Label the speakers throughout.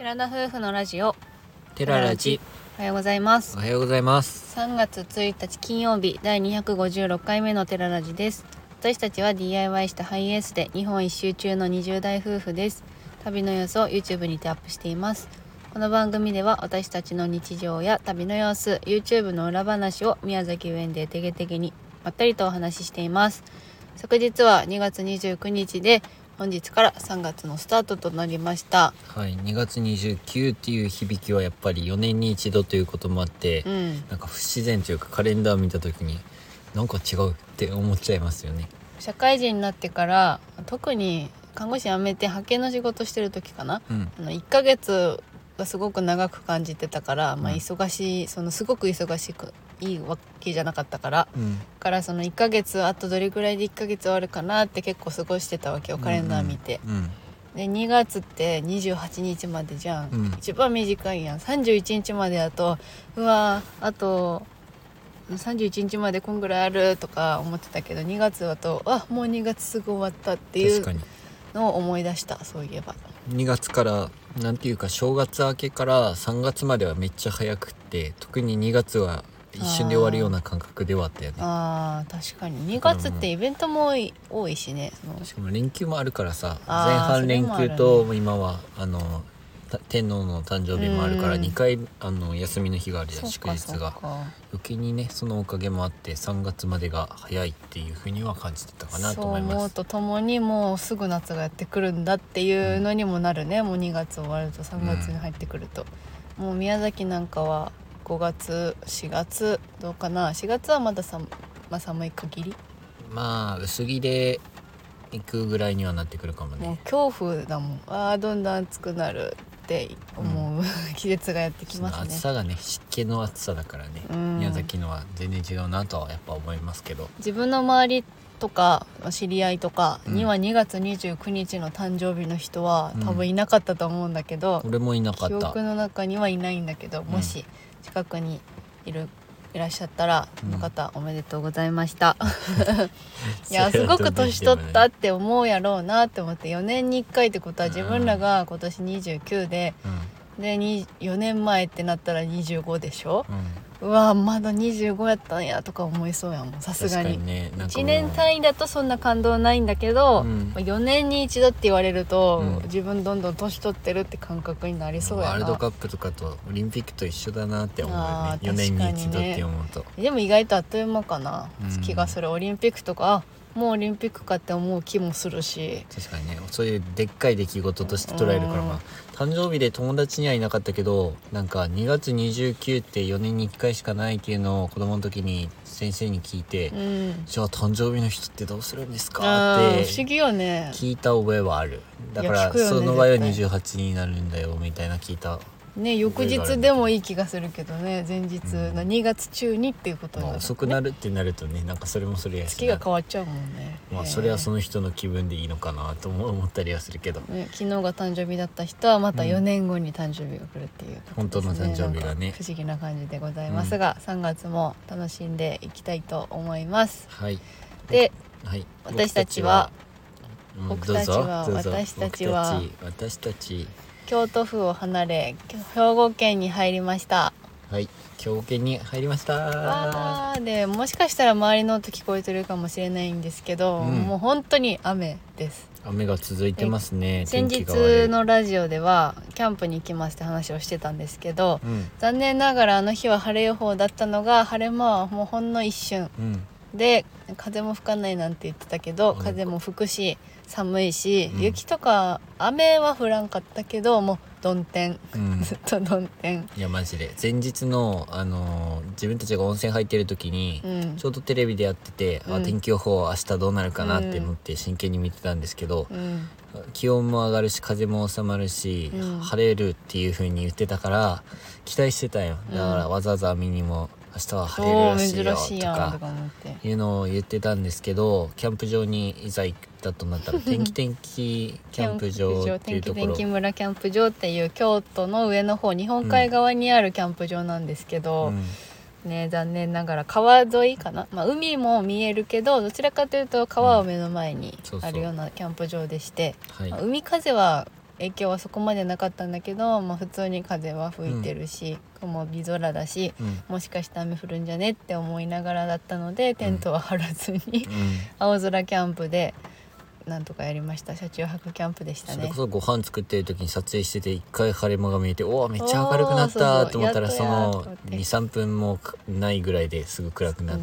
Speaker 1: 寺田夫婦のラジオ
Speaker 2: テララジ。
Speaker 1: おはようございます。
Speaker 2: おはようございます。
Speaker 1: 3月1日金曜日第256回目のテララジです。私たちは DIY したハイエースで日本一周中の20代夫婦です。旅の様子を YouTube にてアップしています。この番組では私たちの日常や旅の様子、 YouTube の裏話を宮崎ウェンでてげてげにまったりとお話ししています。昨日は2月29日で本日から3月のスタートとなりました。
Speaker 2: はい、2月29っていう響きはやっぱり4年に一度ということもあって、なんか不自然というかカレンダー見た時になんか違うって思っちゃいますよね。
Speaker 1: 社会人になってから特に看護師辞めて派遣の仕事してる時かな、1ヶ月がすごく長く感じてたから、忙しい、すごく忙しくいいわけじゃなかったから、からその1ヶ月あとどれぐらいで1ヶ月終わるかなって結構過ごしてたわけよ、カレンダー見て、で2月って28日までじゃん、一番短いやん。31日までだとうわあと31日までこんぐらいあるとか思ってたけど、2月だともう2月すぐ終わったっていうのを思い出した。そういえば
Speaker 2: 2月からなんていうか正月明けから3月まではめっちゃ早くって、特に2月は一瞬で終わるような感覚ではあったよね。
Speaker 1: 確かに2月ってイベントも多いしね。
Speaker 2: しかも連休もあるからさ、前半連休と今は天皇の誕生日もあるから2回休みの日があるじゃん、祝日が。余計にね、そのおかげもあって3月までが早いっていう風には感じてたかなと思います。
Speaker 1: そう思うとともにもうすぐ夏がやってくるんだっていうのにもなるね、もう2月終わると3月に入ってくると、もう宮崎なんかは5月4月どうかな。4月はまだ寒い限り、
Speaker 2: 薄着で行くぐらいにはなってくるかもね。
Speaker 1: もう恐怖だもん。どんどん暑くなるって思う、季節がやってきますね。
Speaker 2: 暑さがね、湿気の暑さだからね、宮崎のは全然違うなとはやっぱ思いますけど、
Speaker 1: 自分の周りとか知り合いとかには2月29日の誕生日の人は多分いなかったと思うんだけど、
Speaker 2: 俺もいなかった。
Speaker 1: 記憶の中にはいないんだけど、もし近くにいらっしゃったら、その方おめでとうございましたいやすごく年取ったって思うやろうなって思って、4年に1回ってことは自分らが今年29で、4年前ってなったら25でしょ、うわまだ25やったんやとか思いそうやもん、さすがに。1年単位だとそんな感動ないんだけど、4年に一度って言われると、自分どんどん年取ってるって感覚になりそうやな。
Speaker 2: ワールドカップとかとオリンピックと一緒だなって思うよね、4年に一度って思うと。
Speaker 1: でも意外とあっという間かな、気がする。オリンピックとかもうオリンピックかって思う気もするし。
Speaker 2: 確かにね、そういうでっかい出来事として捉えるから、誕生日で友達にはいなかったけど、なんか2月29って4年に1回しかないっていうのを子供の時に先生に聞いて、じゃあ誕生日の人ってどうするんですかって
Speaker 1: 不思議よね、
Speaker 2: 聞いた覚えはある。だからその場合は28になるんだよみたいな聞いた
Speaker 1: ね。翌日でもいい気がするけどね、前日、2月中にっていうことになる、
Speaker 2: 遅くなるってなるとね、なんかそれもそれやし、
Speaker 1: 月が変わっちゃうもんね。
Speaker 2: それはその人の気分でいいのかなと思ったりはするけど、
Speaker 1: 昨日が誕生日だった人はまた4年後に誕生日が来るっていう、
Speaker 2: 本当の誕生日がね、
Speaker 1: 不思議な感じでございますが、3月も楽しんでいきたいと思います。で、私たちは京都府を離れ兵庫県に入りました。
Speaker 2: 兵庫県に入りました。
Speaker 1: でもしかしたら周りの音聞こえてるかもしれないんですけど、もう本当に雨です。
Speaker 2: 雨が続いてますね。
Speaker 1: 先日のラジオではキャンプに行きますって話をしてたんですけど、残念ながらあの日は晴れ予報だったのが、晴れ間はもうほんの一瞬、で風も吹かないなんて言ってたけど、風も吹くし寒いし、雪とか雨は降らんかったけど、もう曇天、ずっと曇天。
Speaker 2: いやマジで前日の、自分たちが温泉入ってる時に、ちょうどテレビでやってて、天気予報明日どうなるかなって思って真剣に見てたんですけど、気温も上がるし風も収まるし、晴れるっていう風に言ってたから期待してたよ。だからわざわざ見にも明日は晴れるらしいよとかいうのを言ってたんですけど、キャンプ場にいざ行ったとなったら天気キャンプ場っていうところ、
Speaker 1: 天気村キャンプ場っていう京都の上の方日本海側にあるキャンプ場なんですけど、残念ながら川沿いかな、海も見えるけどどちらかというと川を目の前にあるようなキャンプ場でして、海風は影響はそこまでなかったんだけど、普通に風は吹いてるし、雲日空だし、もしかして雨降るんじゃねって思いながらだったので、テントは張らずに、青空キャンプでなんとかやりました。車中泊キャンプでしたね。
Speaker 2: それこそご飯作ってる時に撮影してて一回晴れ間が見えて、おおめっちゃ明るくなったと思ったら、その 2,3 分もないぐらいですぐ暗くなって、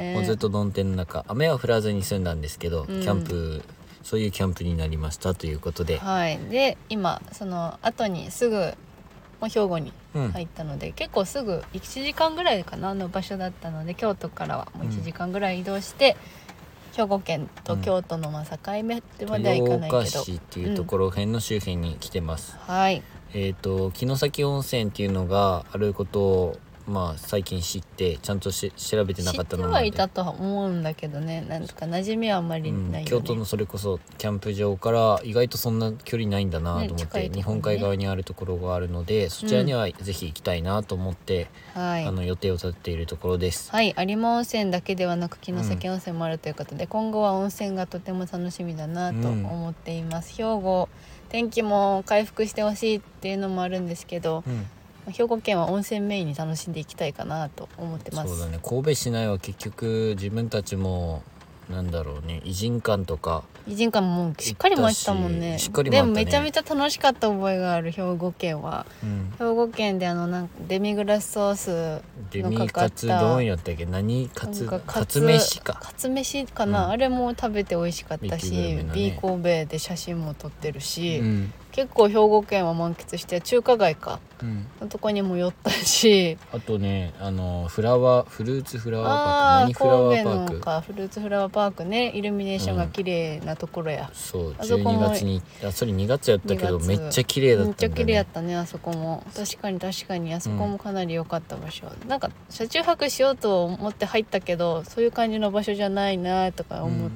Speaker 2: もうずっと曇天の中、雨は降らずに済んだんですけど、キャンプそういうキャンプになりましたということで、
Speaker 1: で今その後にすぐもう兵庫に入ったので、結構すぐ1時間ぐらいかなの場所だったので、京都からはもう1時間ぐらい移動して、兵庫県と京都の境目までは行かないけど、
Speaker 2: 豊岡市っていうところ辺の周辺に来てます。
Speaker 1: はい。
Speaker 2: 城崎温泉っていうのがあることを最近知って、ちゃんと調べてなかったので、
Speaker 1: 知ってはいたとは思うんだけどね、なんとか馴染みはあんまりないよね。
Speaker 2: 京都のそれこそキャンプ場から意外とそんな距離ないんだなと思って、日本海側にあるところがあるので、そちらにはぜひ行きたいなと思って、予定を立てているところです。
Speaker 1: 有馬温泉だけではなく城崎温泉もあるということで、今後は温泉がとても楽しみだなと思っています。兵庫天気も回復してほしいっていうのもあるんですけど、兵庫県は温泉メインに楽しんでいきたいかなと思ってます。
Speaker 2: そうだね。神戸市内は結局自分たちも偉人館とか
Speaker 1: もしっかり回ったもんね。でもめちゃめちゃ楽しかった覚えがある。兵庫県は、兵庫県でデミグラスソースのかかった
Speaker 2: デミカツ丼やったっけ、カツ飯か
Speaker 1: な、あれも食べて美味しかったし、B 神戸で写真も撮ってるし、結構兵庫県は満喫して、中華街のとこにも寄ったし、
Speaker 2: あとねフルーツフラワーパーク、フラワーパーク、
Speaker 1: フルーツフラワーパークね、イルミネーションが綺麗なところや。
Speaker 2: そう12月にそれ2月やったけどめっちゃ綺麗だったんだね。
Speaker 1: めっちゃ綺麗やったね。あそこも確かにあそこもかなり良かった場所、車中泊しようと思って入ったけど、そういう感じの場所じゃないなとか思って、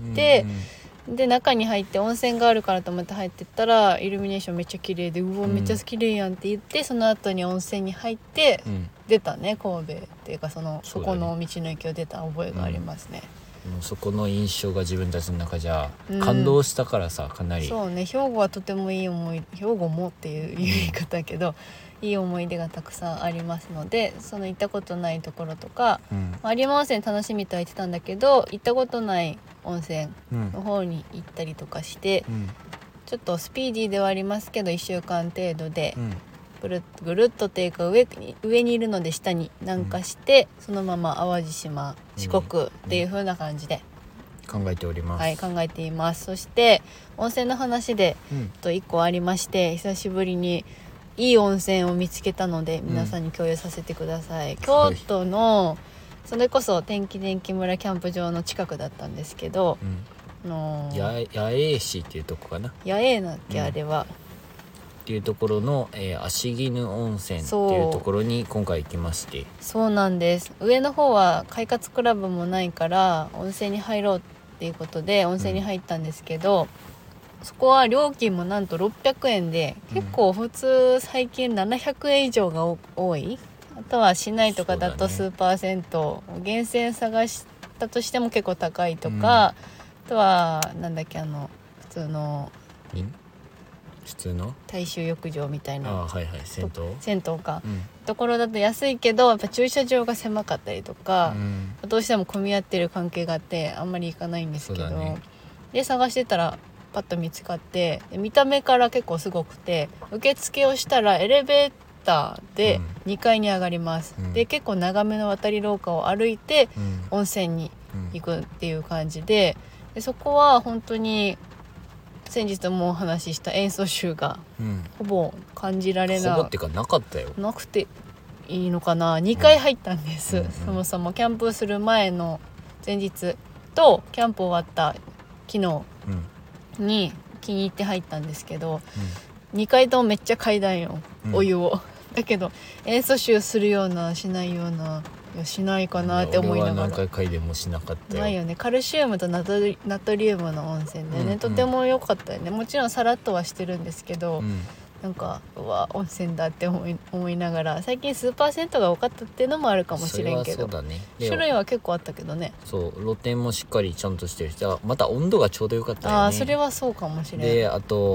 Speaker 1: で中に入って温泉があるからと思って入ってったら、イルミネーションめっちゃ綺麗で、めっちゃ綺麗やんって言って、その後に温泉に入って、出たね。神戸っていうかそこの道の駅を出た覚えがありますね。
Speaker 2: そこの印象が自分たちの中じゃ感動したからさ、かなり。
Speaker 1: そうね、兵庫はとてもいい思い、兵庫もっていう言い方だけど、いい思い出がたくさんありますので、その行ったことないところとか、有馬温泉楽しみとは言ってたんだけど、行ったことない温泉の方に行ったりとかして、ちょっとスピーディーではありますけど1週間程度でぐるっとっていうか、上にいるので下に南下して、そのまま淡路島、四国っていう風な感じで
Speaker 2: 考えております。
Speaker 1: はい、考えています。そして温泉の話で1個ありまして、久しぶりにいい温泉を見つけたので皆さんに共有させてください。京都のそれこそ天気村キャンプ場の近くだったんですけど、
Speaker 2: 八重市っていうとこかな、
Speaker 1: 八重だっけ、あれは
Speaker 2: っていうところの、足絹温泉っていうところに今回行きまして。
Speaker 1: そうなんです。上の方は快活クラブもないから温泉に入ろうっていうことで温泉に入ったんですけど、そこは料金もなんと600円で、結構普通最近700円以上が多い。あとは市内とかだと数パーセント、源泉探したとしても結構高いとか、あとは普通の大衆浴場みたいな、銭湯か、ところだと安いけど、やっぱ駐車場が狭かったりとか、どうしても混み合ってる関係があってあんまり行かないんですけど、で探してたらパッと見つかって、見た目から結構すごくて、受付をしたらエレベーターで2階に上がります、で結構長めの渡り廊下を歩いて温泉に行くっていう感じで、そこは本当に先日もお話しした塩素臭がほぼ感じられない、
Speaker 2: ほぼっていうかなかったよ。
Speaker 1: なくていいのかな。2回入ったんです、そもそもキャンプする前の前日とキャンプ終わった昨日に気に入って入ったんですけど、2回ともめっちゃ嗅いだんよ、お湯を。だけど塩素臭するようなしないような、いやしないかなって思いながら。
Speaker 2: 俺は何回嗅いでもしなかったよ。
Speaker 1: ないよね。カルシウムとナトリウムの温泉でね、とても良かったよね。もちろんさらっとはしてるんですけど、なんかうわ温泉だって思いながら、最近数パーセントが多かったっていうのもあるかもしれんけど、種類は結構あったけどね。
Speaker 2: そう露天もしっかりちゃんとしてるし、また温度がちょうどよかったよね。
Speaker 1: それはそうかもしれない。
Speaker 2: であと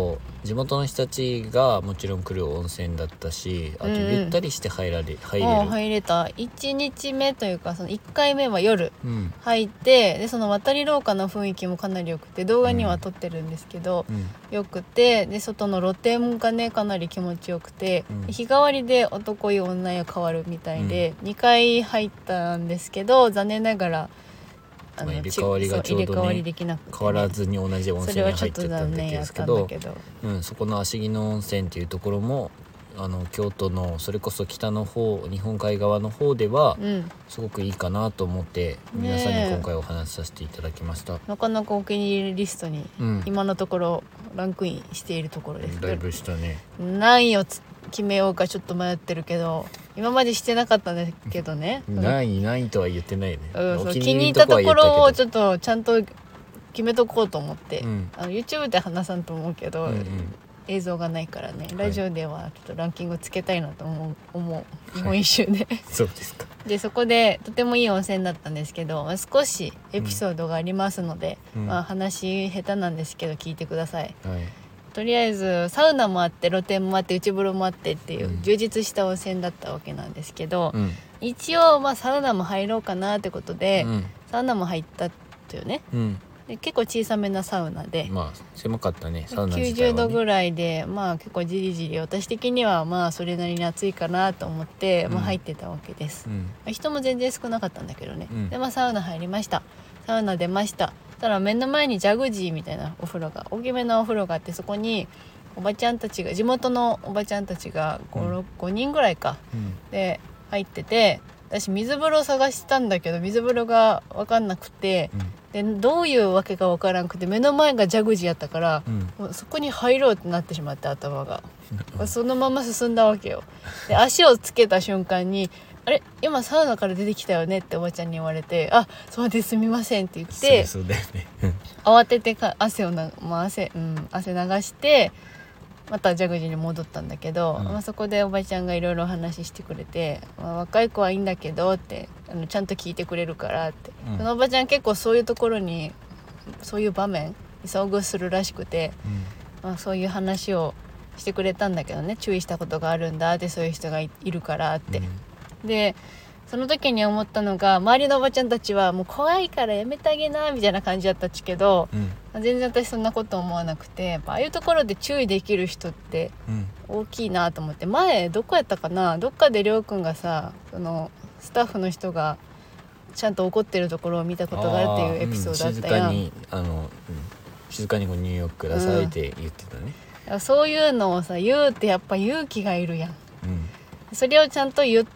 Speaker 2: 地元の人たちがもちろん来る温泉だったし、あとゆったりして入れる。
Speaker 1: 入れた。1日目というかその1回目は夜入って、でその渡り廊下の雰囲気もかなり良くて動画には撮ってるんですけど、良くて、で外の露天がねかなり気持ちよくて、日替わりで男湯女湯変わるみたいで、2回入ったんですけど残念ながら
Speaker 2: 入れ替わりがちょうどね変わらずに同じ温泉に入っちゃったんですけど、そこの芦木の温泉っていうところも京都のそれこそ北の方日本海側の方ではすごくいいかなと思って皆さんに今回お話しさせていただきました。
Speaker 1: なかなかお気に入りリストに今のところランクインしているところです。
Speaker 2: だいぶしたね。
Speaker 1: 何位を決めようかちょっと迷ってるけど、今までしてなかったんだけどね。
Speaker 2: 何位とは言ってないね。
Speaker 1: 気に入ったところをちょっとちゃんと決めとこうと思って、YouTube で話さんと思うけど、映像がないからね、ラジオではちょっとランキングつけたいなと思う、日本一周で
Speaker 2: そうですか。
Speaker 1: でそこでとてもいい温泉だったんですけど、少しエピソードがありますので、話下手なんですけど聞いてください。とりあえずサウナもあって露天もあって内風呂もあってっていう充実した温泉だったわけなんですけど、一応サウナも入ろうかなってことで、サウナも入ったというね、で結構小さめなサウナで、
Speaker 2: 狭かったね。サウナ自体はね
Speaker 1: 90度ぐらいで結構じりじり私的にはそれなりに暑いかなと思って、入ってたわけです、人も全然少なかったんだけどね、でサウナ入りました。サウナ出ました。ただ目の前にジャグジーみたいなお風呂が大きめのお風呂があって、そこにおばちゃんたちが地元のおばちゃんたちが 5人ぐらいか、で入ってて、私水風呂探したんだけど水風呂が分かんなくて、でどういうわけか分からなくて目の前がジャグジーやったから、もうそこに入ろうってなってしまって頭がそのまま進んだわけよ。で足をつけた瞬間にあれ今サウナから出てきたよねっておばちゃんに言われて、あそうですすみませんって言って
Speaker 2: そうだよね
Speaker 1: 慌てて汗流してまたジャグジーに戻ったんだけど、そこでおばちゃんがいろいろ話してくれて、若い子はいいんだけどってちゃんと聞いてくれるからって、そのおばちゃん結構そういうところにそういう場面に遭遇するらしくて、そういう話をしてくれたんだけどね、注意したことがあるんだって、そういう人がいるからって、でその時に思ったのが、周りのおばちゃんたちはもう怖いからやめてあげなみたいな感じだったっちけど、全然私そんなこと思わなくて、やっぱああいうところで注意できる人って大きいなと思って、前どこやったかな、どっかでりょうくんがさ、そのスタッフの人がちゃんと怒ってるところを見たことがあるっていうエピソードだったやん。
Speaker 2: 静かにご入浴くださいって言ってたね、
Speaker 1: そういうのをさ言うってやっぱ勇気がいるやん、それをちゃんと言って、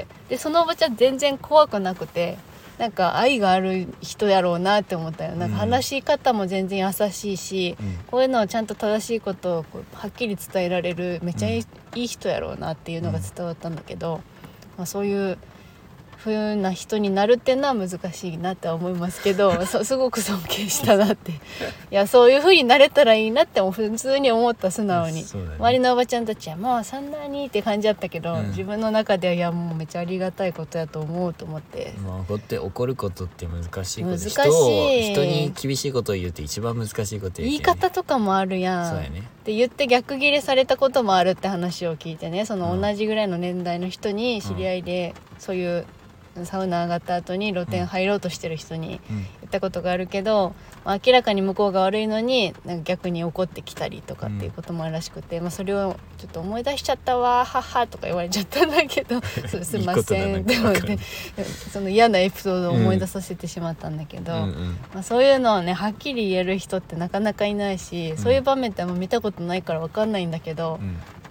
Speaker 1: でそのおばちゃん全然怖くなくて、なんか愛がある人やろうなって思ったよ。なんか話し方も全然優しいし、こういうのをちゃんと正しいことをはっきり伝えられるめっちゃいい人やろうなっていうのが伝わったんだけど、そういう風な人になるっていうのは難しいなって思いますけどすごく尊敬したなっていやそういう風になれたらいいなって普通に思った、素直に、周りのおばちゃんたちはまあそんなにって感じだったけど、自分の中ではいやもうめっちゃありがたいことやと思うと思って、
Speaker 2: こうやって怒ることって難しいこと、人に厳しいことを言うって一番難しいこと
Speaker 1: 言い方とかもあるやん。
Speaker 2: そうやね
Speaker 1: って言って逆ギレされたこともあるって話を聞いてね、その同じぐらいの年代の人に知り合いで、そういうサウナ上がった後に露天入ろうとしてる人に言ったことがあるけど、明らかに向こうが悪いのになんか逆に怒ってきたりとかっていうこともあるらしくて、それをちょっと思い出しちゃったわははとか言われちゃったんだけどすいませんって思ってその嫌なエピソードを思い出させてしまったんだけど、そういうのをねはっきり言える人ってなかなかいないし、そういう場面ってあんま見たことないから分かんないんだけど、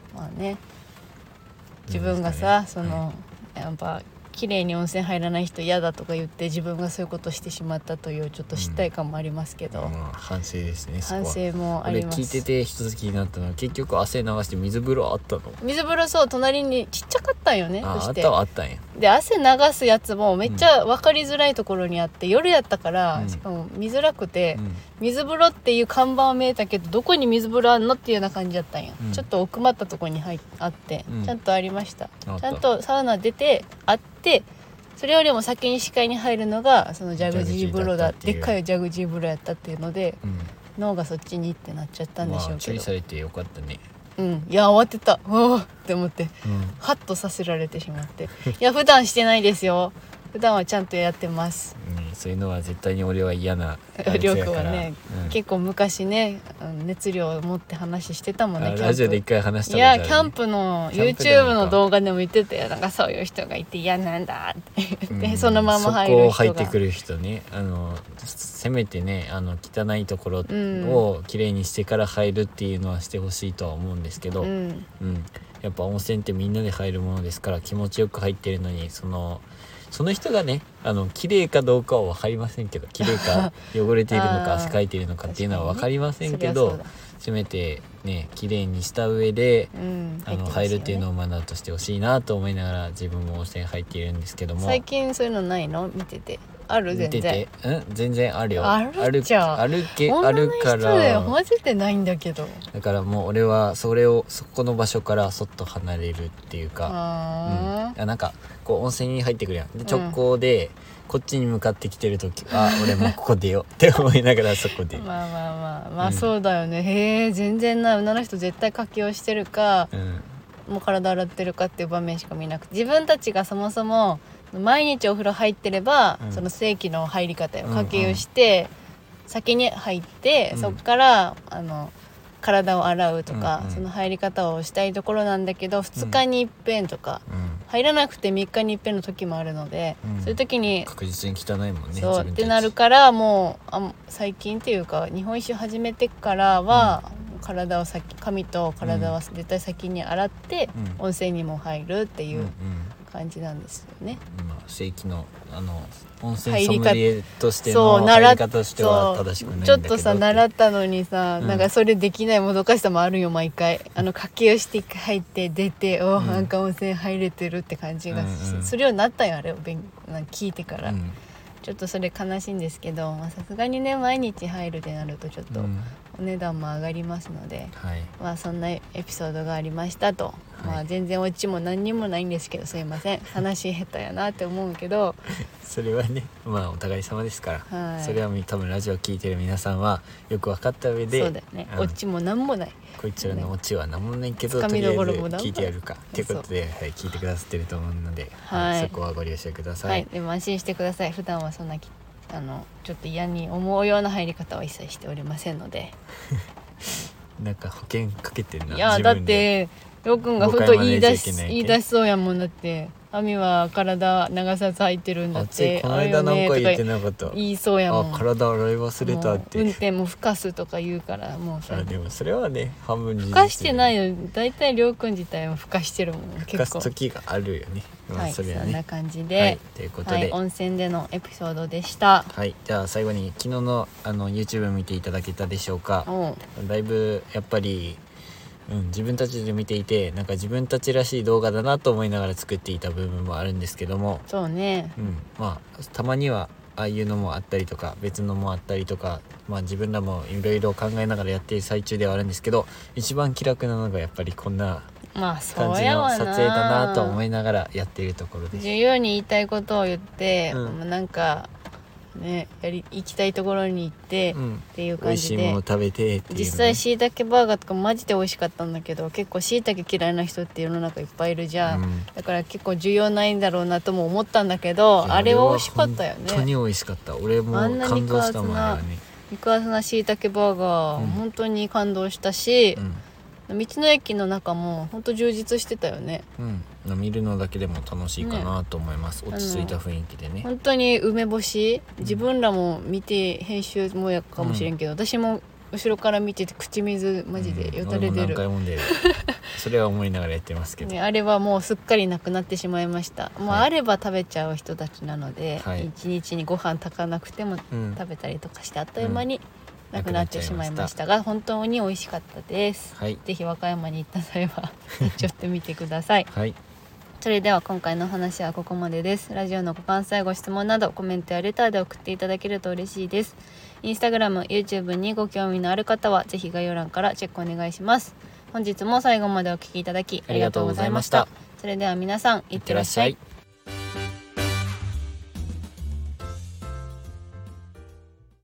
Speaker 1: 自分がさ、やっぱ綺麗に温泉入らない人嫌だとか言って自分がそういうことしてしまったというちょっと失態感もありますけど、
Speaker 2: 反省ですね。
Speaker 1: 反省もあります。
Speaker 2: 聞いてて一つ気になったのは、結局汗流して水風呂あったの？
Speaker 1: 水風呂そう隣にちっちゃかったんよね。
Speaker 2: あったんや。
Speaker 1: で汗流すやつもめっちゃ分かりづらいところにあって、夜やったから、しかも見づらくて、水風呂っていう看板は見えたけどどこに水風呂あんのっていうような感じだったんや、ちょっと奥まったところにあって、ちゃんとありました。ちゃんとサウナ出てあって、それよりも先に視界に入るのがそのジャグジー風呂だ、でっかいジャグジー風呂やったっていうので、 脳がそっちにってなっちゃったんでしょうけど、
Speaker 2: 注意されてよかったね。
Speaker 1: いや慌てたって思って、ハッとさせられてしまっていや普段してないですよ、普段はちゃんとやってます、
Speaker 2: そういうのは絶対に俺は嫌な
Speaker 1: りょうくんはね、結構昔ね熱量を持って話してたもんね。
Speaker 2: ラジオで一回話した
Speaker 1: ことある、ね、いやキャンプの YouTube の動画でも言ってたよ。なんかそういう人がいて嫌なんだって言って、そのまま入る人が、
Speaker 2: そこを入ってくる人ね、せめてね汚いところをきれいにしてから入るっていうのはしてほしいとは思うんですけど、やっぱ温泉ってみんなで入るものですから気持ちよく入ってるのに、その人がね綺麗かどうかは分かりませんけど、綺麗か汚れているのか汗かいているのかっていうのは分かりませんけど、せめてね綺麗にした上で、入るっていうのをマナーとしてほしいなと思いながら自分も温泉入っているんですけども。
Speaker 1: 最近そういうのないの？見ててある？全然見て
Speaker 2: て、全然あるよ。
Speaker 1: あるじゃん。
Speaker 2: あるから
Speaker 1: マジでないんだけど、
Speaker 2: だからもう俺はそこの場所からそっと離れるっていうか、なんかこう温泉に入ってくるやんで直行で、こっちに向かってきてる時俺もここ出ようって思いながらそこで
Speaker 1: まあそうだよね。へえ、全然ない。女の人絶対かきをしてるか、もう体洗ってるかっていう場面しか見なくて、自分たちがそもそも毎日お風呂入ってれば、その正規の入り方よ、かけ湯して、先に入って、そっから体を洗うとか、その入り方をしたいところなんだけど、2日に一遍とか、入らなくて3日に一遍の時もあるので、そういう時に
Speaker 2: 確実に汚いもんね。
Speaker 1: そうってなるから、もう最近っていうか日本酒始めてからは、体を髪と体は絶対先に洗って、温泉にも入るっていう感じなんですよね。
Speaker 2: 正規の温泉ソムリエとしての入り方としては正しくないんだけど、
Speaker 1: ちょっとさ習ったのにさ、なんかそれできないもどかしさもあるよ。毎回かけをして一回入って出て、なんか温泉入れてるって感じがするようになったよ、あれを聞いてから、ちょっとそれ悲しいんですけど、さすがにね毎日入るってなるとちょっとお値段も上がりますので、そんなエピソードがありましたと。全然オチも何にもないんですけど、すいません、話下手やなって思うけど
Speaker 2: それはねお互い様ですから、それは多分ラジオ聞いてる皆さんはよく分かった上で、
Speaker 1: そうだね、オチも何もない、
Speaker 2: こいつらのオチは何もないけど、とりあえず聞いてやるかっていうことで、聞いてくださってると思うので、そこはご了承ください。
Speaker 1: でも安心してください。普段はそんなちょっと嫌に思うような入り方は一切しておりませんので
Speaker 2: なんか保険かけてんな。
Speaker 1: いやだってりょうくんがふと言い出しそうやもん。だって亜美は体流さず入ってるんだって、
Speaker 2: この間なんか言ってなかった。
Speaker 1: 言いそうやもん。
Speaker 2: 体洗い忘れたって。
Speaker 1: 運転もふかすとか言うから、もう
Speaker 2: でもそれはね半分
Speaker 1: ふかしてないよ。だいたいりょうくん自体はふかしてるもん。
Speaker 2: ふかす時があるよね。それはね、
Speaker 1: そんな感じで、
Speaker 2: ということで、
Speaker 1: 温泉でのエピソードでした。
Speaker 2: じゃあ最後に昨日のYouTube 見ていただけたでしょうか。だいぶやっぱり自分たちで見ていて、なんか自分たちらしい動画だなと思いながら作っていた部分もあるんですけども、
Speaker 1: そうね、
Speaker 2: たまにはああいうのもあったりとか別のもあったりとか、自分らもいろいろ考えながらやっている最中ではあるんですけど、一番気楽なのがやっぱりこんな感じの撮影だなと思いながらやっているところです。
Speaker 1: 自由に言いたいことを言って、なんかね、行きたいところに行って、っていう感じで、美味しいもの
Speaker 2: 食べてっていう、
Speaker 1: 実際しいたけバーガーとかマジで美味しかったんだけど、結構しいたけ嫌いな人って世の中いっぱいいるじゃん、だから結構需要ないんだろうなとも思ったんだけど、あれは美味しかったよね。
Speaker 2: 本当に美味しかった。俺も感動したもんね。
Speaker 1: 肉厚なしいたけバーガー、本当に感動したし、道の駅の中も本当充実してたよね。
Speaker 2: 見るのだけでも楽しいかなと思います。落ち着いた雰囲気でね。
Speaker 1: 本当に梅干し、自分らも見て編集もやかもしれんけど、私も後ろから見てて口水マジでよたれ出る。
Speaker 2: 何回も出るそれは思いながらやってますけど、
Speaker 1: あれはもうすっかりなくなってしまいました。もうあれば食べちゃう人たちなので、一日にご飯炊かなくても食べたりとかして、あっという間になくなってしまいましたが、本当に美味しかったです。ぜひ和歌山に行った際はちょっと見てください。それでは今回の話はここまでです。ラジオのご感想やご質問などコメントやレターで送っていただけると嬉しいです。インスタグラム、YouTube にご興味のある方はぜひ概要欄からチェックお願いします。本日も最後までお聞きいただきありがとうございました。それでは皆さん、いってらっしゃい。